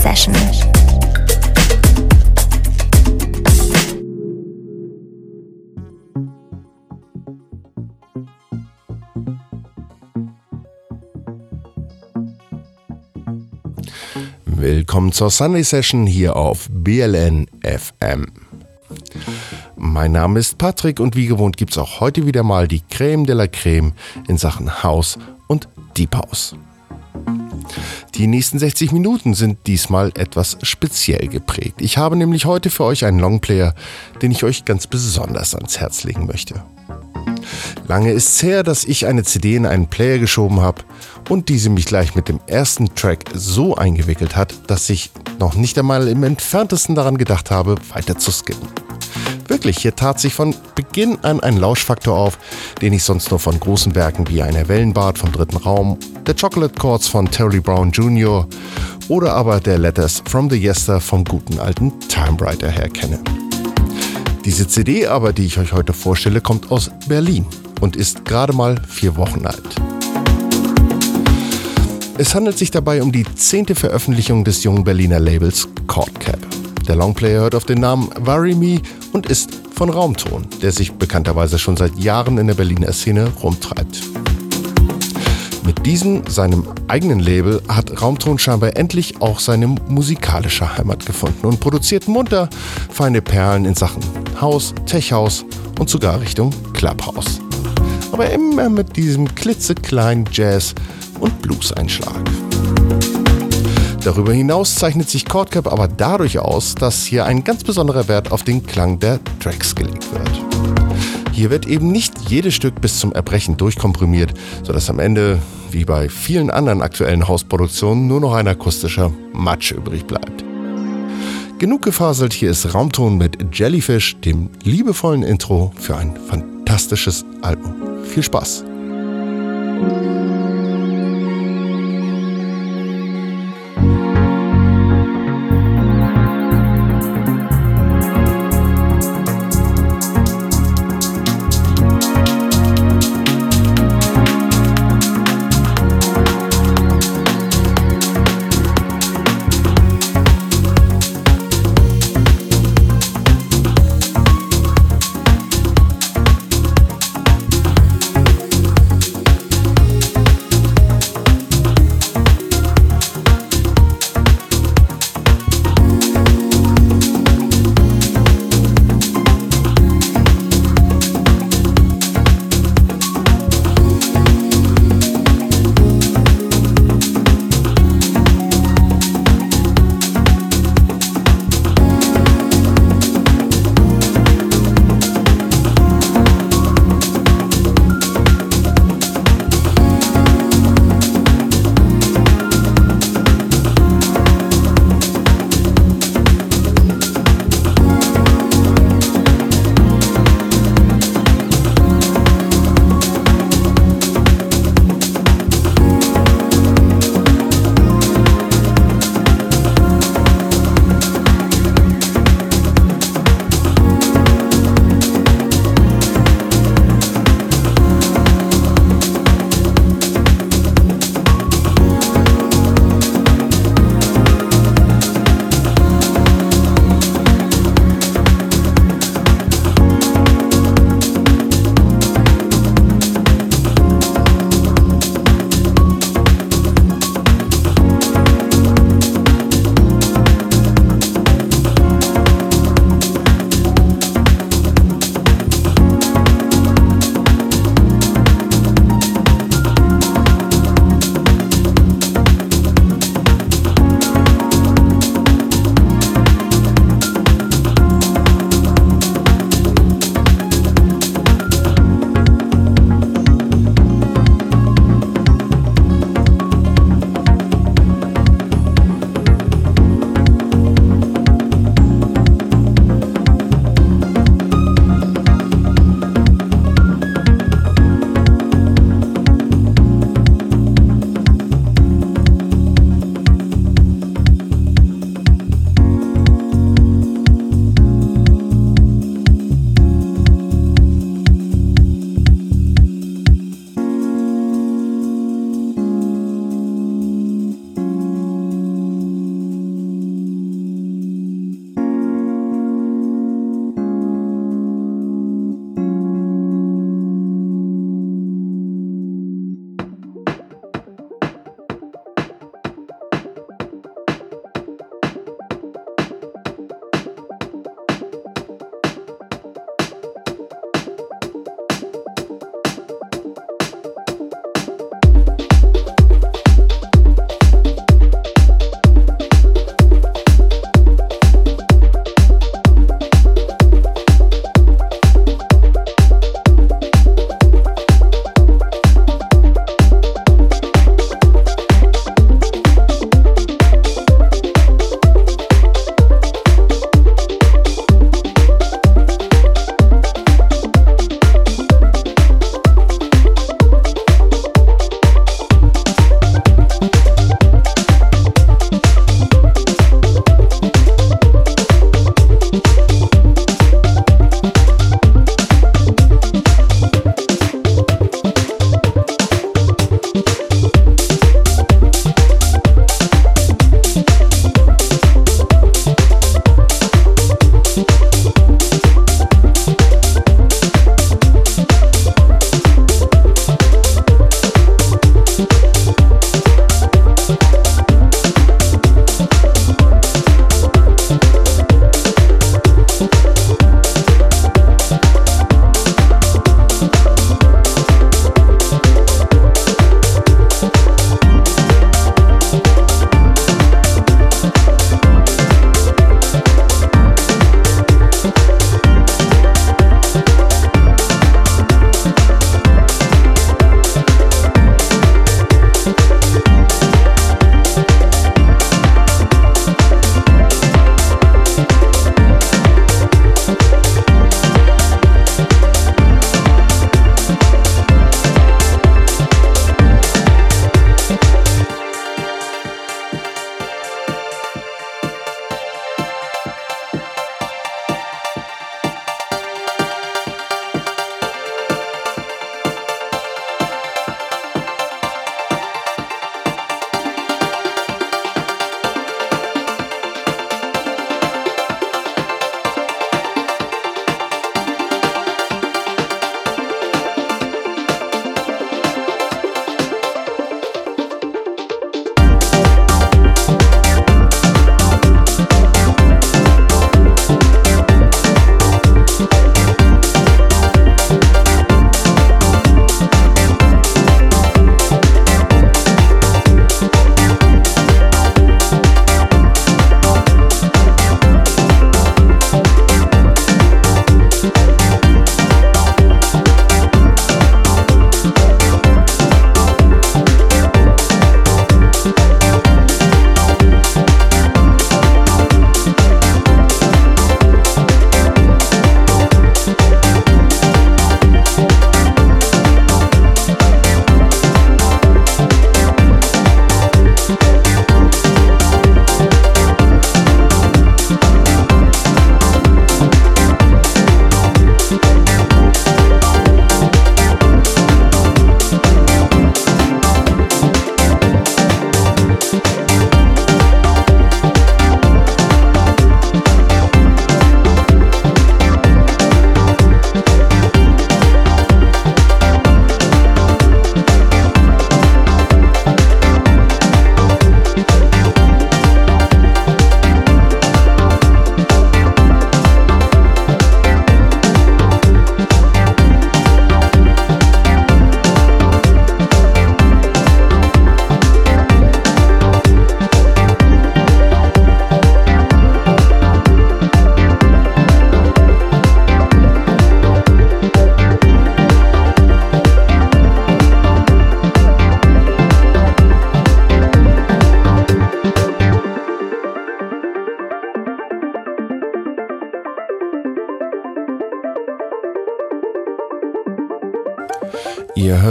Session. Willkommen zur Sunday Session hier auf BLN FM. Mein Name ist Patrick und wie gewohnt gibt's auch heute wieder mal die Creme de la Creme in Sachen House und Deep House. Die nächsten 60 Minuten sind diesmal etwas speziell geprägt. Ich habe nämlich heute für euch einen Longplayer, den ich euch ganz besonders ans Herz legen möchte. Lange ist's her, dass ich eine CD in einen Player geschoben habe und diese mich gleich mit dem ersten Track so eingewickelt hat, dass ich noch nicht einmal im entferntesten daran gedacht habe, weiter zu skippen. Wirklich, hier tat sich von Beginn an ein Lauschfaktor auf, den ich sonst nur von großen Werken wie einer Wellenbad vom dritten Raum, der Chocolate Chords von Terry Brown Jr. oder aber der Letters from the Yester vom guten alten Time Writer her kenne. Diese CD aber, die ich euch heute vorstelle, kommt aus Berlin und ist gerade mal 4 Wochen alt. Es handelt sich dabei um die 10. Veröffentlichung des jungen Berliner Labels Chordcap. Der Longplayer hört auf den Namen Worry Me und ist von Raumton, der sich bekannterweise schon seit Jahren in der Berliner Szene rumtreibt. Mit diesem, seinem eigenen Label, hat Raumton scheinbar endlich auch seine musikalische Heimat gefunden und produziert munter feine Perlen in Sachen House, Tech House und sogar Richtung Clubhouse. Aber immer mit diesem klitzekleinen Jazz- und Blues-Einschlag. Darüber hinaus zeichnet sich Chordcap aber dadurch aus, dass hier ein ganz besonderer Wert auf den Klang der Tracks gelegt wird. Hier wird eben nicht jedes Stück bis zum Erbrechen durchkomprimiert, sodass am Ende, wie bei vielen anderen aktuellen Hausproduktionen, nur noch ein akustischer Matsch übrig bleibt. Genug gefaselt, hier ist Raumton mit Jellyfish, dem liebevollen Intro für ein fantastisches Album. Viel Spaß!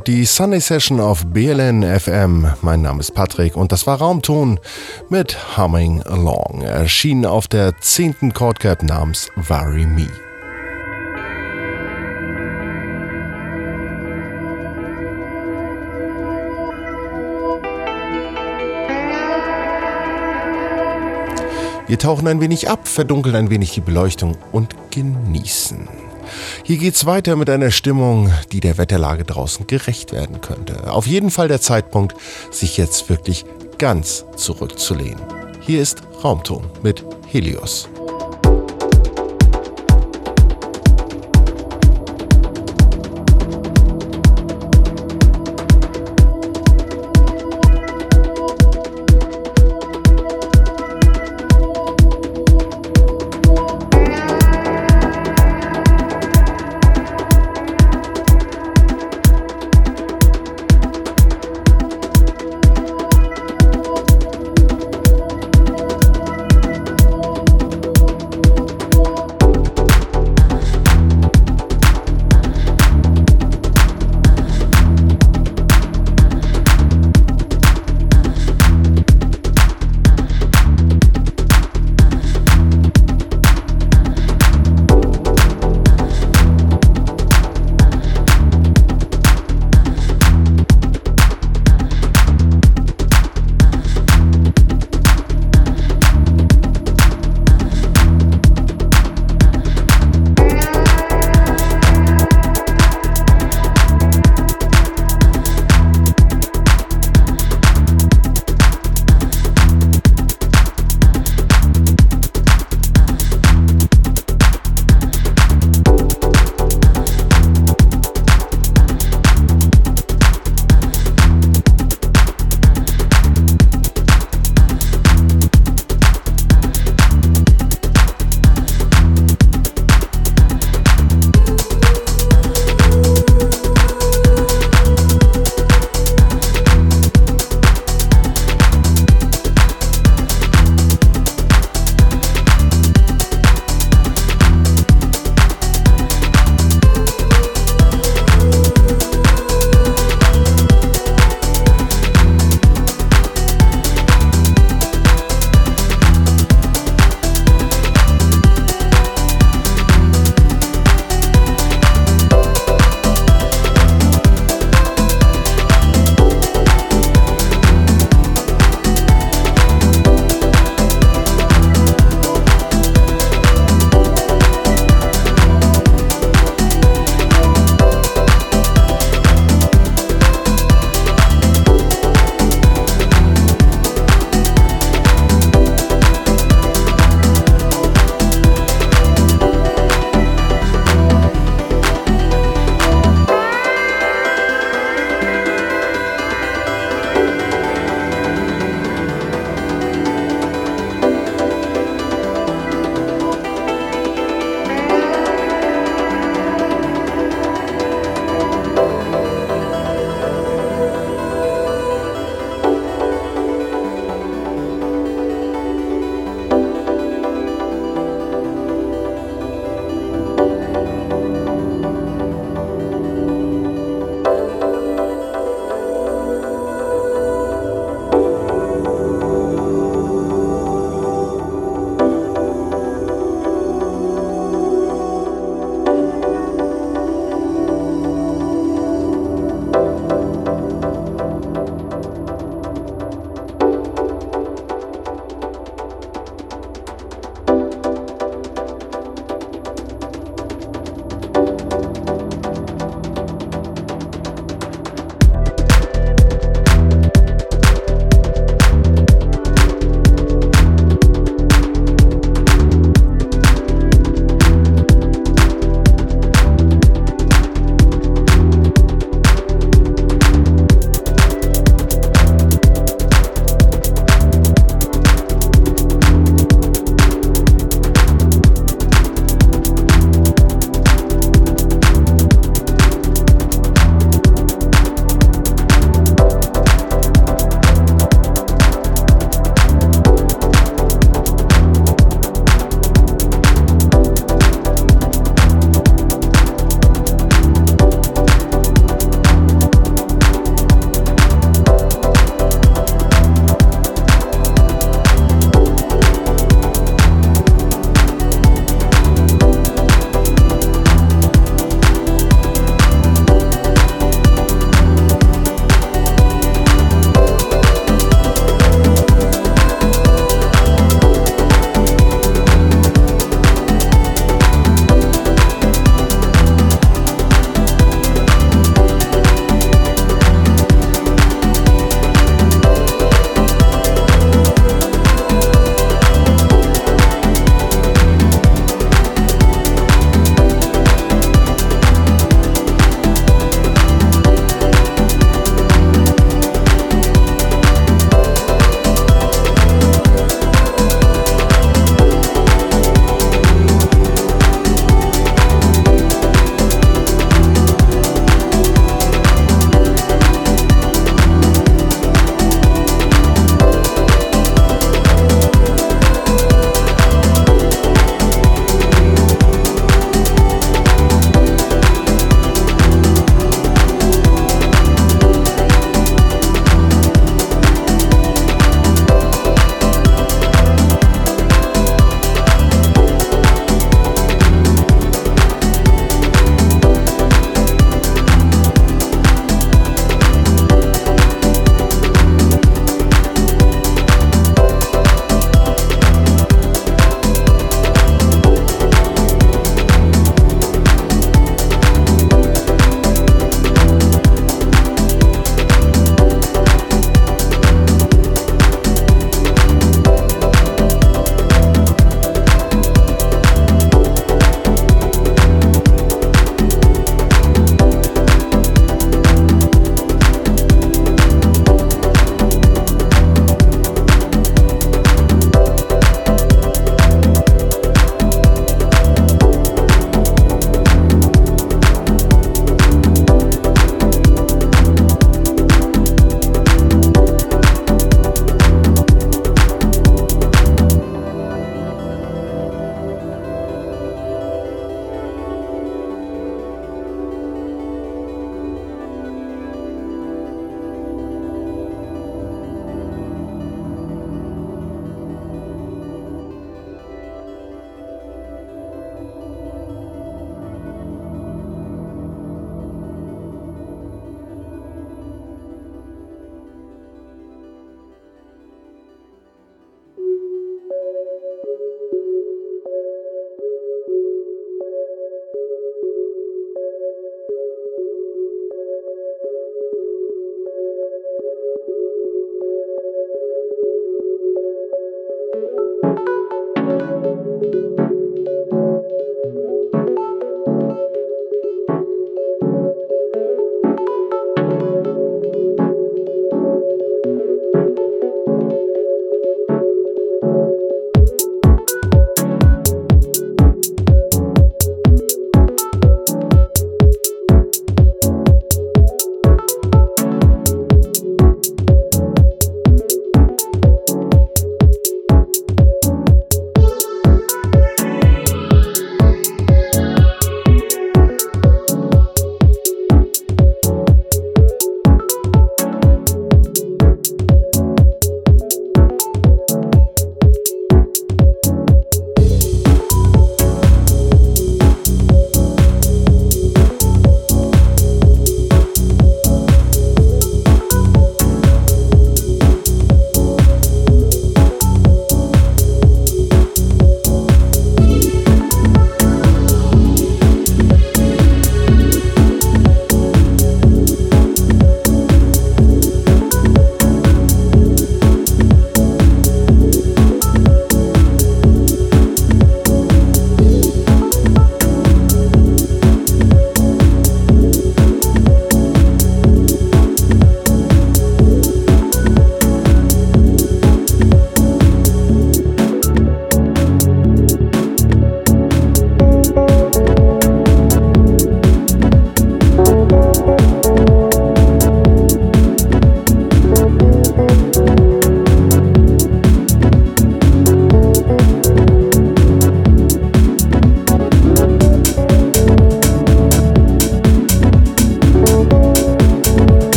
hört die Sunday Session auf BLN FM. Mein Name ist Patrick und das war Raumton mit Humming Along, erschienen auf der 10. Chordcap namens Vary Me. Wir tauchen ein wenig ab, verdunkeln ein wenig die Beleuchtung und genießen. Hier geht's weiter mit einer Stimmung, die der Wetterlage draußen gerecht werden könnte. Auf jeden Fall der Zeitpunkt, sich jetzt wirklich ganz zurückzulehnen. Hier ist Raumton mit Helios.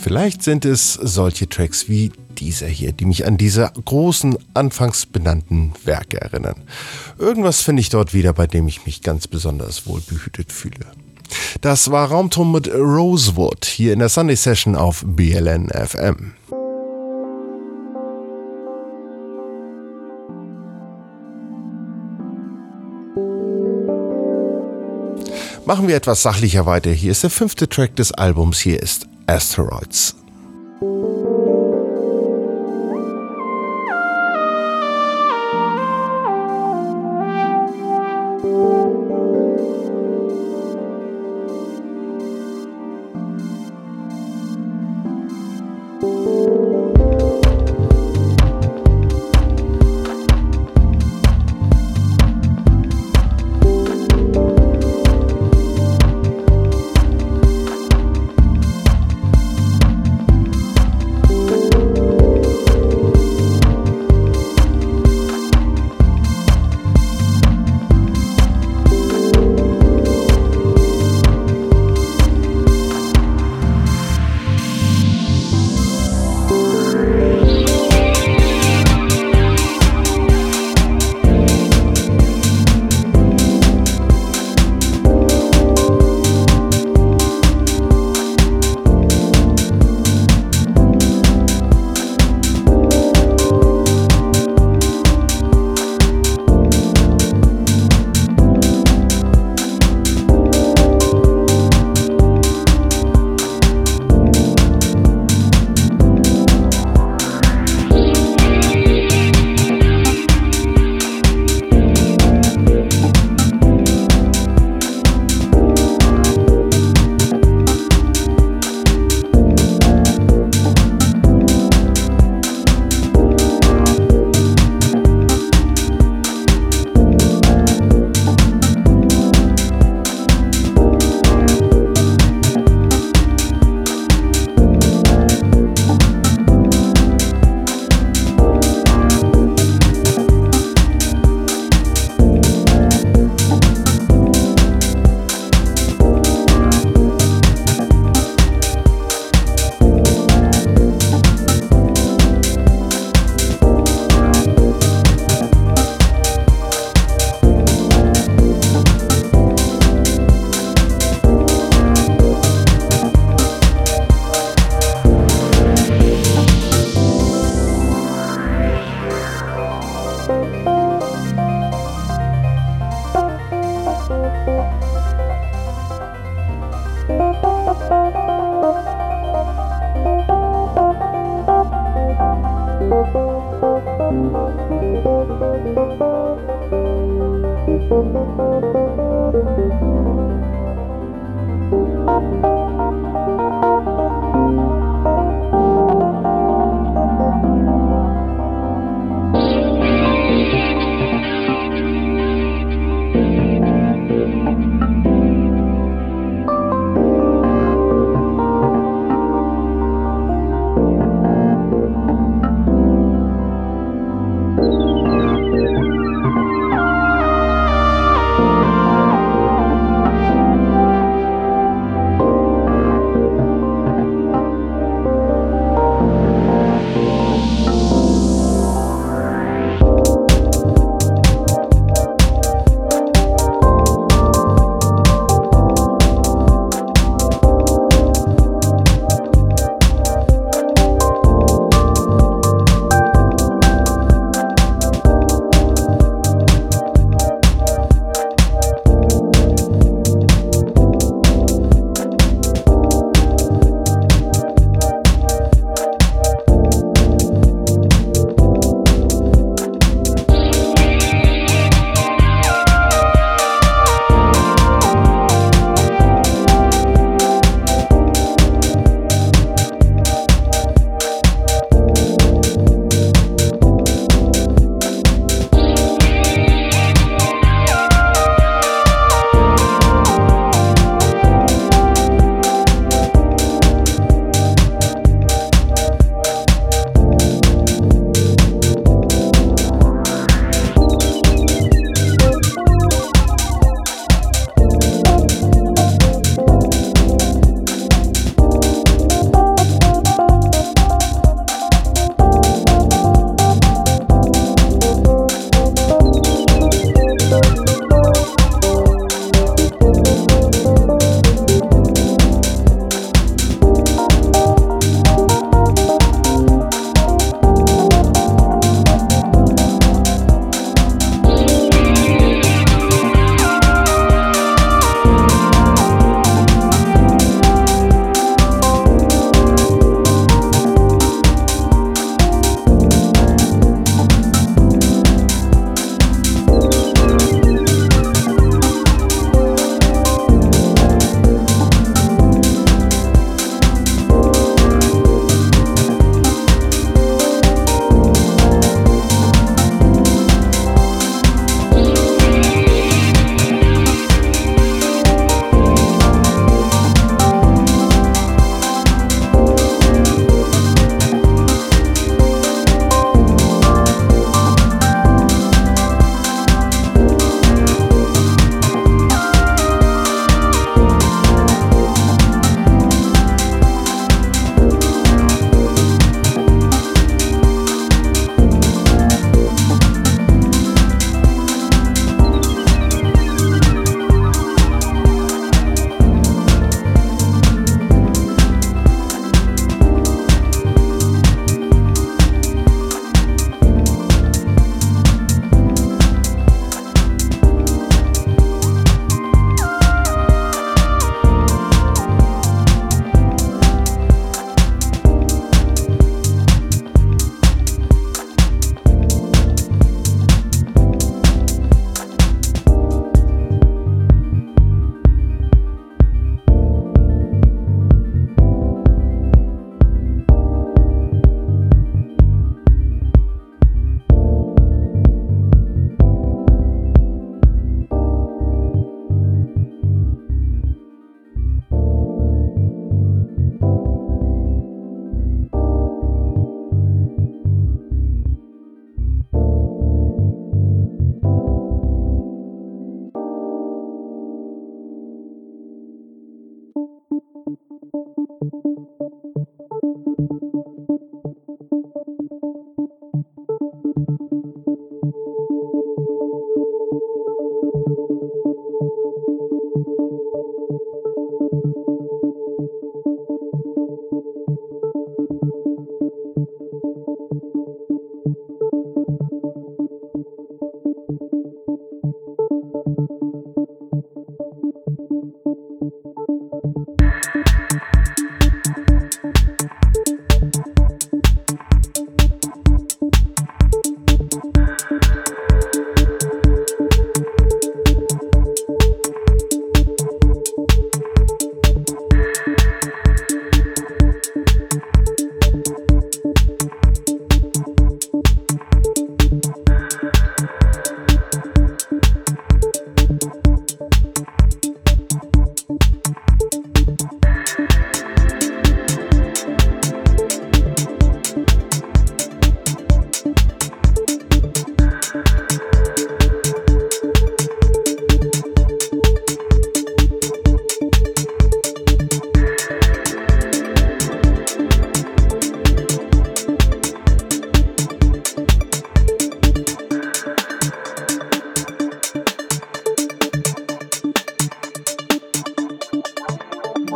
Vielleicht sind es solche Tracks wie dieser hier, die mich an diese großen, anfangs benannten Werke erinnern. Irgendwas finde ich dort wieder, bei dem ich mich ganz besonders wohlbehütet fühle. Das war Raumton mit Rosewood hier in der Sunday Session auf BLN FM. Machen wir etwas sachlicher weiter. Hier ist der 5. Track des Albums. Hier ist Asteroids.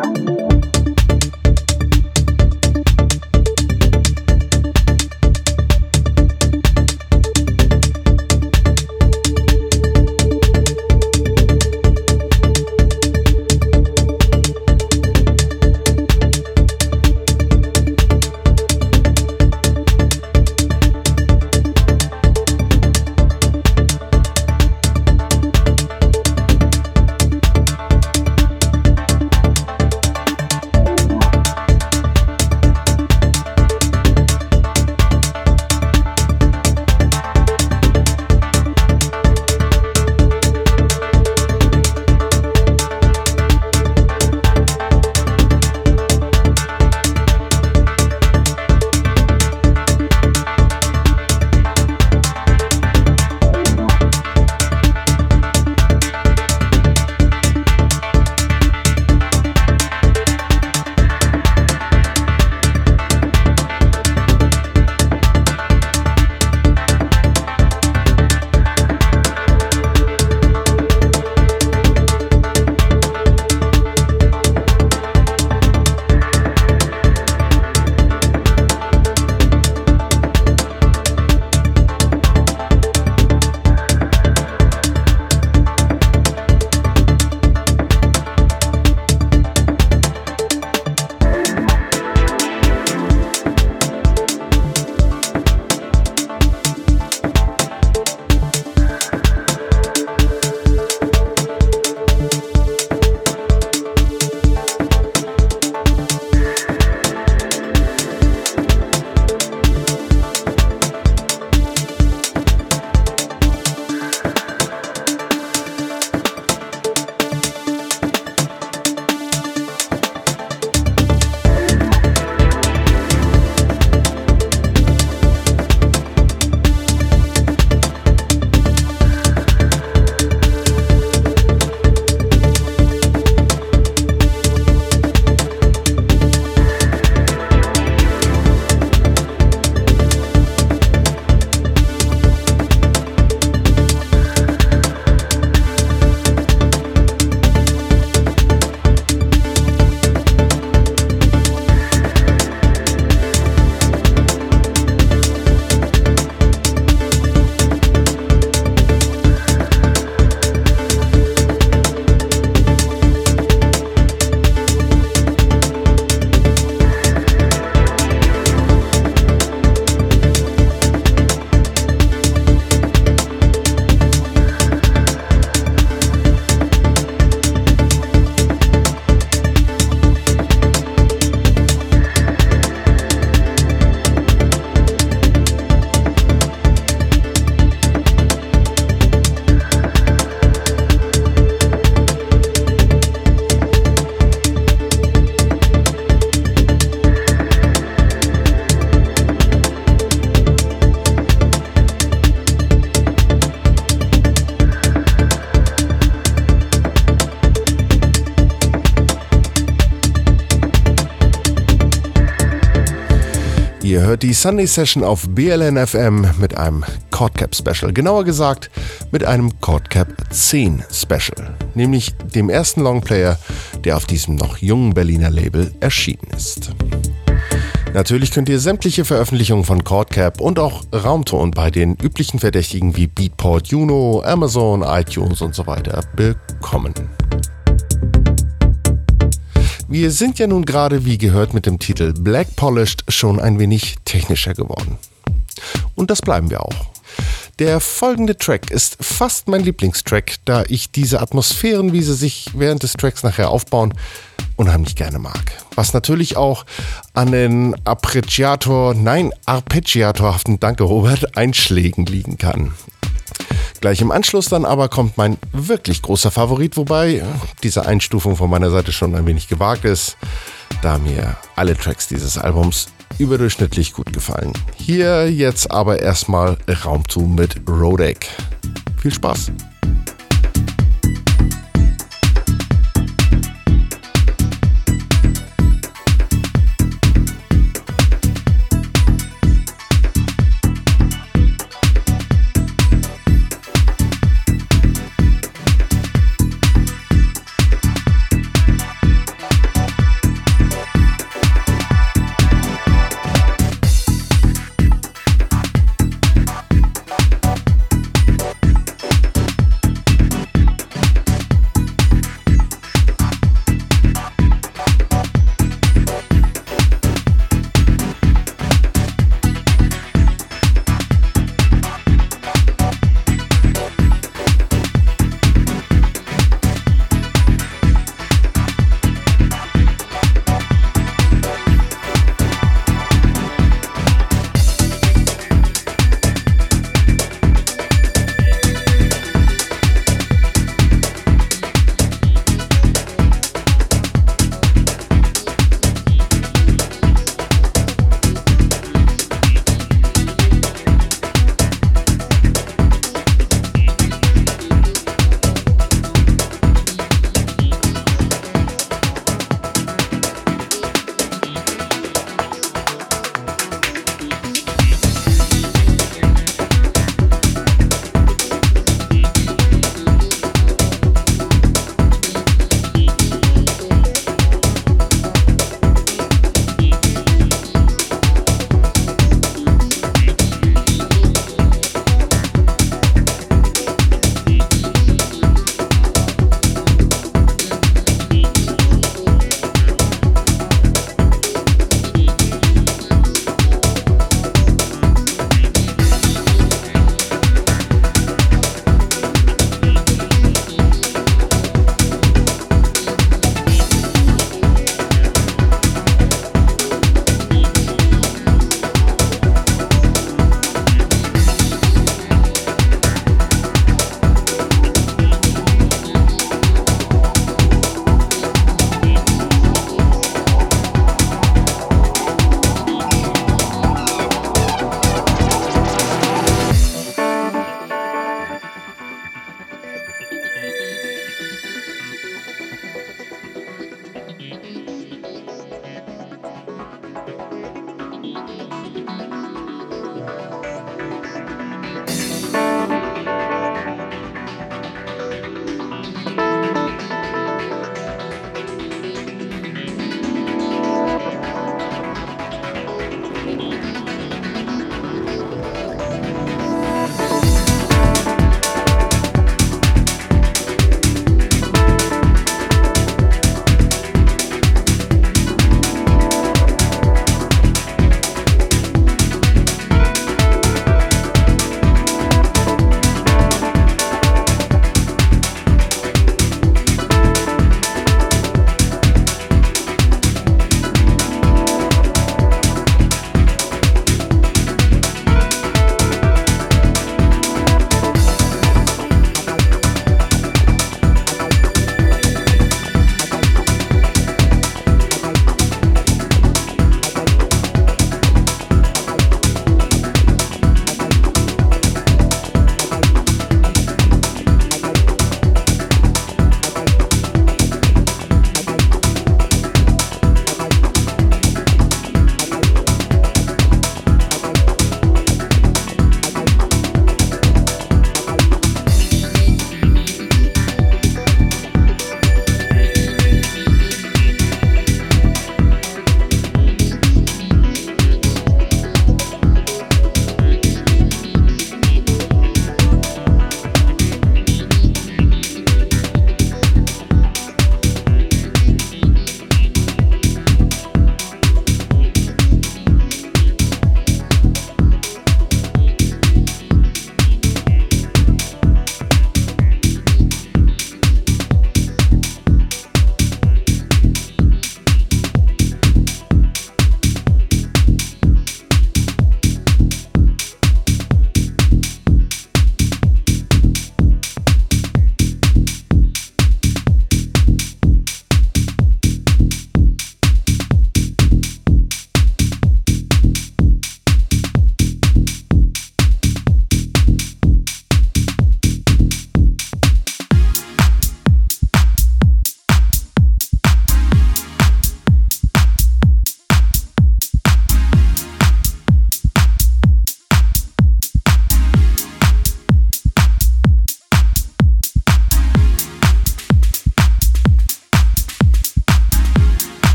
Ihr hört die Sunday Session auf BLN FM mit einem Chordcap Special. Genauer gesagt mit einem Chordcap 10 Special. Nämlich dem ersten Longplayer, der auf diesem noch jungen Berliner Label erschienen ist. Natürlich könnt ihr sämtliche Veröffentlichungen von Chordcap und auch Raumton bei den üblichen Verdächtigen wie Beatport, Juno, Amazon, iTunes und so weiter bekommen. Wir sind ja nun gerade, wie gehört, mit dem Titel Black Polished schon ein wenig technischer geworden. Und das bleiben wir auch. Der folgende Track ist fast mein Lieblingstrack, da ich diese Atmosphären, wie sie sich während des Tracks nachher aufbauen, unheimlich gerne mag. Was natürlich auch an den arpeggiatorhaften, danke Robert, Einschlägen liegen kann. Gleich im Anschluss dann aber kommt mein wirklich großer Favorit, wobei diese Einstufung von meiner Seite schon ein wenig gewagt ist, da mir alle Tracks dieses Albums überdurchschnittlich gut gefallen. Hier jetzt aber erstmal Raumton mit Rodek. Viel Spaß!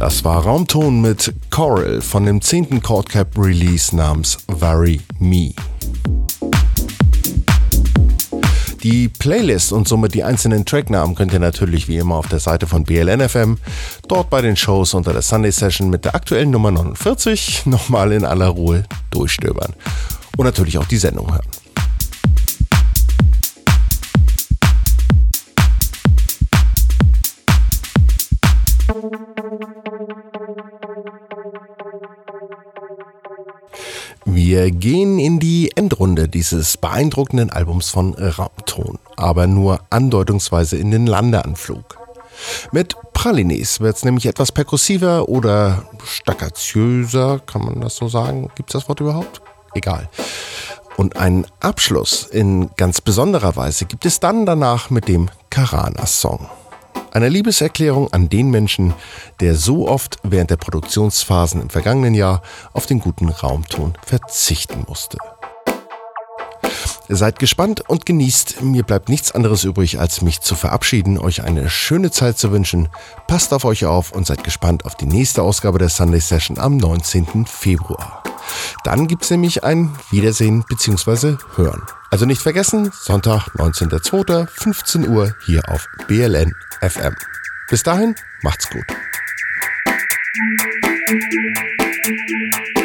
Das war Raumton mit Coral von dem 10. Chordcap Release namens Vary Me. Die Playlist und somit die einzelnen Tracknamen könnt ihr natürlich wie immer auf der Seite von BLN FM, dort bei den Shows unter der Sunday Session mit der aktuellen Nummer 49 nochmal in aller Ruhe durchstöbern und natürlich auch die Sendung hören. Wir gehen in die Endrunde dieses beeindruckenden Albums von Raumton, aber nur andeutungsweise in den Landeanflug. Mit Pralines wird es nämlich etwas perkussiver oder staccaziöser, kann man das so sagen? Gibt es das Wort überhaupt? Egal. Und einen Abschluss in ganz besonderer Weise gibt es dann danach mit dem Karanas-Song. Eine Liebeserklärung an den Menschen, der so oft während der Produktionsphasen im vergangenen Jahr auf den guten Raumton verzichten musste. Seid gespannt und genießt. Mir bleibt nichts anderes übrig, als mich zu verabschieden, euch eine schöne Zeit zu wünschen. Passt auf euch auf und seid gespannt auf die nächste Ausgabe der Sunday Session am 19. Februar. Dann gibt's nämlich ein Wiedersehen bzw. Hören. Also nicht vergessen, Sonntag, 19.02., 15 Uhr hier auf BLN FM. Bis dahin, macht's gut.